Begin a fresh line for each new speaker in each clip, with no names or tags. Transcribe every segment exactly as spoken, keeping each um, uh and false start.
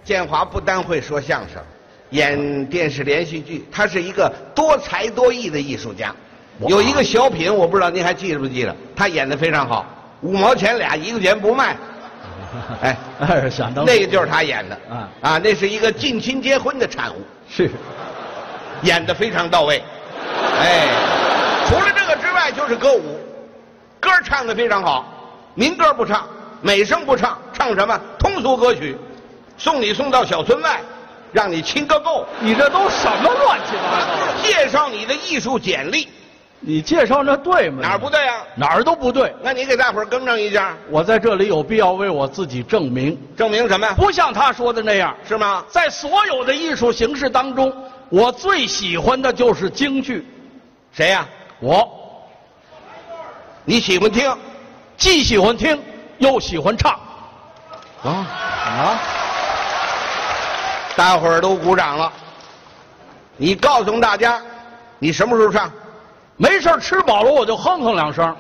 建华不单会说相声，演电视连续剧，他是一个多才多艺的艺术家。有一个小品，我不知道您还记得不记得，他演的非常好，五毛钱俩，一个钱不卖。哎，
想当
那个就是他演的
啊
啊，那是一个近亲结婚的产物，
是
演得非常到位。哎，除了这个之外就是歌舞，歌唱得非常好，民歌不唱，美声不唱，唱什么通俗歌曲，送你送到小村外，让你亲个够。
你这都什么乱七八糟？
介绍你的艺术简历，
你介绍那对吗？
哪儿不对啊？
哪儿都不对。
那你给大伙儿更正一下。
我在这里有必要为我自己证明，
证明什么呀？
不像他说的那样，
是吗？
在所有的艺术形式当中，我最喜欢的就是京剧。
谁呀？
我。
你喜欢听，
既喜欢听又喜欢唱。
啊啊！大伙儿都鼓掌了。你告诉大家，你什么时候唱？
没事吃饱了我就哼哼两声。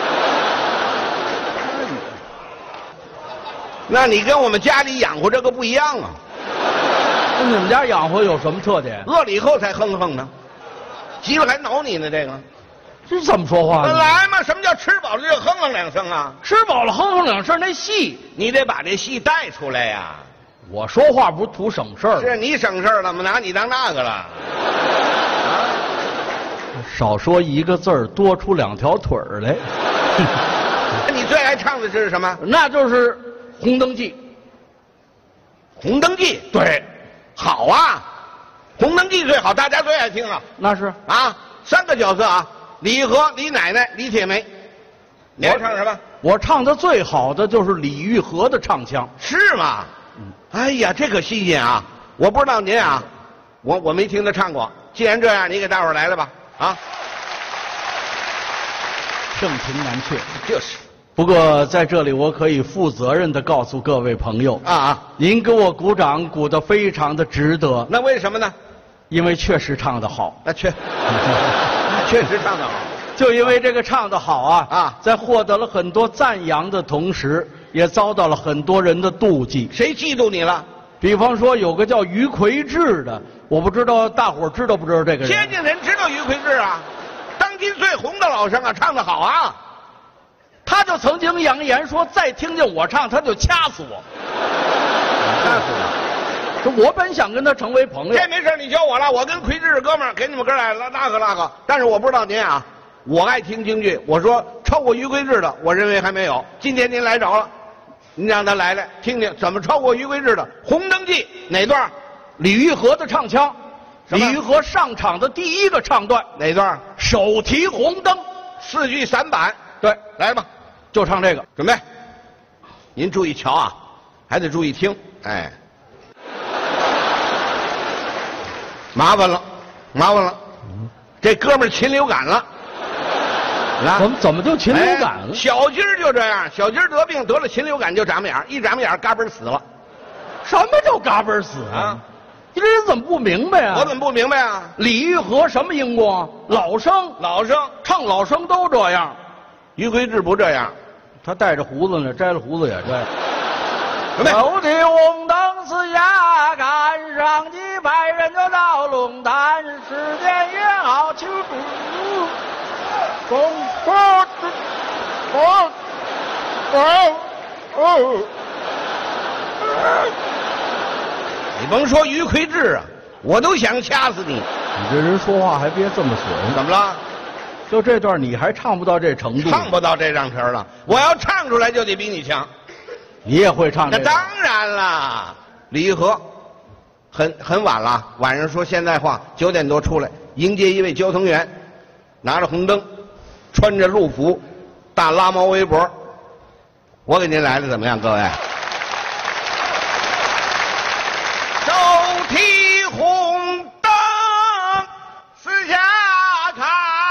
那你跟我们家里养活这个不一样啊！
那你们家养活有什么特点？
饿了以后才哼哼呢，急了还挠你呢。这个
这怎么说话呢？
来嘛，什么叫吃饱了就哼哼两声啊？
吃饱了哼哼两声，那戏
你得把这戏带出来呀。
我说话不是图省事儿，
是你省事儿了吗？拿你当那个了？啊！
少说一个字儿，多出两条腿儿来。
你最爱唱的是什么？
那就是《红灯记》。
红灯记，
对，
好啊，红灯记最好，大家最爱听了。
那是
啊，三个角色啊，李和、李奶奶、李铁梅。你爱唱什么？
我唱的最好的就是李玉和的唱腔。
是吗？嗯。哎呀，这可新鲜啊！我不知道您啊，我我没听他唱过。既然这样，你给大伙儿来了吧？啊，
盛情难却。
就是。
不过在这里，我可以负责任地告诉各位朋友
啊啊，
您给我鼓掌，鼓得非常的值得。
那为什么呢？
因为确实唱得好。
那确确实唱得好。
就因为这个唱得好啊
啊，
在获得了很多赞扬的同时，也遭到了很多人的妒忌。
谁嫉妒你了？
比方说有个叫于魁智的，我不知道大伙儿知道不知道这个人？
天津人知道于魁智啊，当今最红的老生啊，唱得好啊。
他就曾经扬言说，再听见我唱，他就掐死我。
掐死我！
这我本想跟他成为朋友。
这没事，你教我了。我跟魁智是哥们儿，给你们哥俩拉拉个拉个。但是我不知道您啊，我爱听京剧。我说超过于魁智的，我认为还没有。今天您来着了，您让他来来听听，怎么超过于魁智的《红灯记》哪段？
李玉和的唱腔。李玉和上场的第一个唱段
哪段？
手提红灯，
四句散板。
对，
来吧。
就唱这个，
准备。您注意瞧啊，还得注意听。哎，麻烦了，麻烦了，嗯、这哥们儿禽流感了。
啊、怎么怎么就禽流感了？
哎、小鸡儿就这样，小鸡儿得病得了禽流感就眨巴眼，一眨巴眼嘎嘣死了。
什么叫嘎嘣死啊？你这人怎么不明白啊？
我怎么不明白啊？
李玉和什么音光？老生，
老生
唱老生都这样。
于魁智不这样。
他带着胡子呢，摘了胡子也这样。
准备。
手提红灯四下赶，上几百人就到龙潭，时间约好庆祝。公公公公哦！
你甭说于魁智啊，我都想掐死你。
你这人说话还别这么损。
怎么了？
就这段你还唱不到这程度，
唱不到这张词了。我要唱出来就得比你强。
你也会唱这个？
那当然了。李玉和，很很晚了，晚上说现代话，九点多出来迎接一位交通员，拿着红灯，穿着路服，大拉毛围脖。我给您来的怎么样，各位？手提红灯四下看。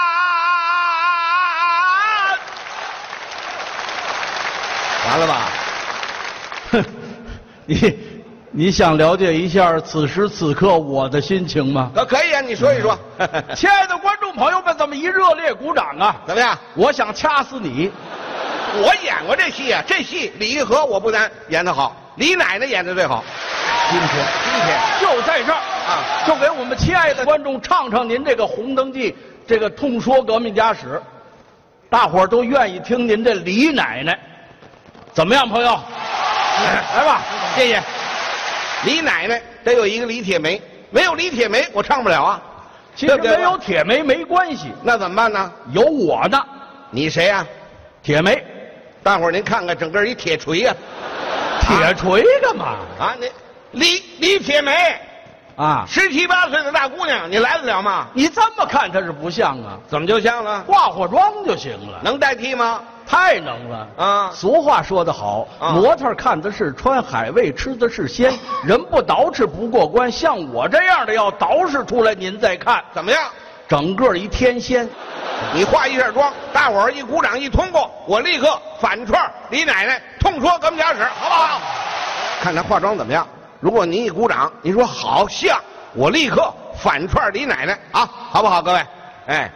完了吧？
哼，你你想了解一下此时此刻我的心情吗？
可可以啊，你说一说。
亲爱的观众朋友们，这么一热烈鼓掌啊！
怎么样？
我想掐死你。
我演过这戏啊，这戏李玉和我不但演得好，李奶奶演得最好。 今天今天
就在这儿
啊，
就给我们亲爱的观众唱唱您这个《红灯记》这个痛说革命家史，大伙儿都愿意听您这李奶奶，怎么样，朋友？来吧，
谢谢。李奶奶得有一个李铁梅，没有李铁梅我唱不了啊。
其实没有铁梅没关系，
那怎么办呢？
有我呢。
你谁呀、啊？
铁梅。
大伙儿您看看，整个一铁锤呀、
啊！铁锤干嘛？
啊，你李李铁梅
啊，
十七八岁的大姑娘，你来得了吗？
你这么看她是不像啊？
怎么就像了？
化化妆就行了。
能代替吗？
太能了
啊！
俗话说得好，啊、模特看的是穿，海味吃的是鲜，人不捯饬不过关。像我这样的要捯饬出来，您再看
怎么样？
整个一天仙。
你化一下妆，大伙儿一鼓掌一通过，我立刻反串李奶奶痛说革命家史，好不好？看她化妆怎么样？如果您一鼓掌，您说好像，我立刻反串李奶奶啊，好不好，各位？哎。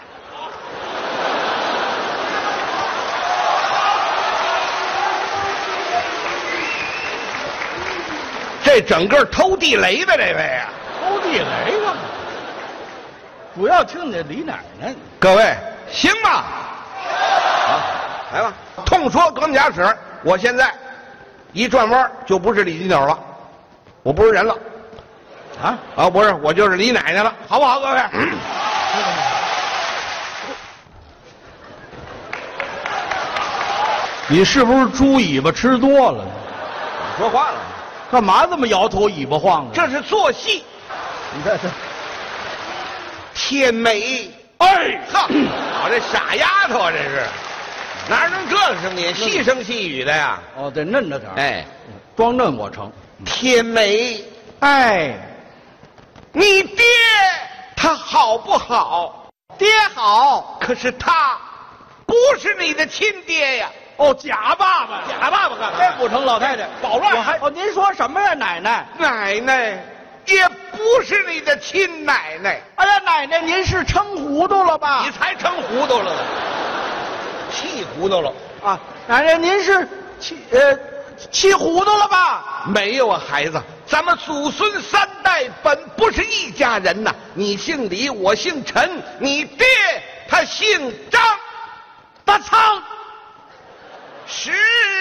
这整个偷地雷的这位啊，
偷地雷干嘛？主要听你李奶奶。
各位行吧？好，来吧，痛说革命家史。我现在一转弯就不是李金斗了，我不是人了，啊啊，不是，我就是李奶奶了，好不好，各位？嗯、
你是不是猪尾巴吃多了？
你说话了。
干嘛这么摇头尾巴晃啊？
这是做戏。
你看这
天美，
哎
哈，我这傻丫头啊，这是哪能这个声音？细声细语的呀。
哦，得嫩着点。
哎，
装嫩我成。
天美，
哎，
你爹他好不好？
爹好，
可是他不是你的亲爹呀。
哦，假爸爸，
假爸爸干嘛？
这不成，老太太
捣乱！
我还哦，您说什么呀，奶奶？
奶奶也不是你的亲奶奶。
哎呀，奶奶，您是撑糊涂了吧？
你才撑糊涂了，气糊涂了
啊！奶奶，您是气呃气糊涂了吧？
没有啊，孩子，咱们祖孙三代本不是一家人呐。你姓李，我姓陈，你爹他姓张，
大仓。
十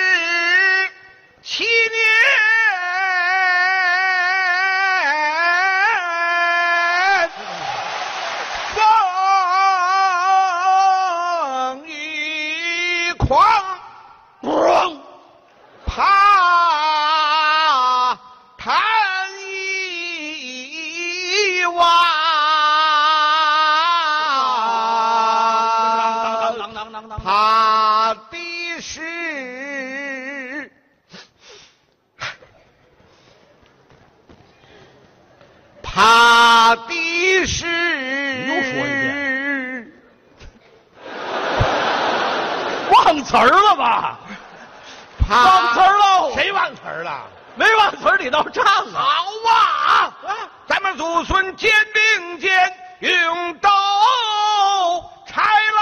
七年，风雨狂，怕贪一万，怕的是。怕的是，
又说一遍，忘词儿了吧？忘词儿喽！
谁忘词儿了？
没忘词儿，你倒唱啊！
好啊！咱们祖孙肩并肩，用刀拆啦！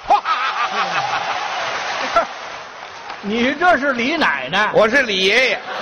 你这是李奶奶，
我是李爷爷。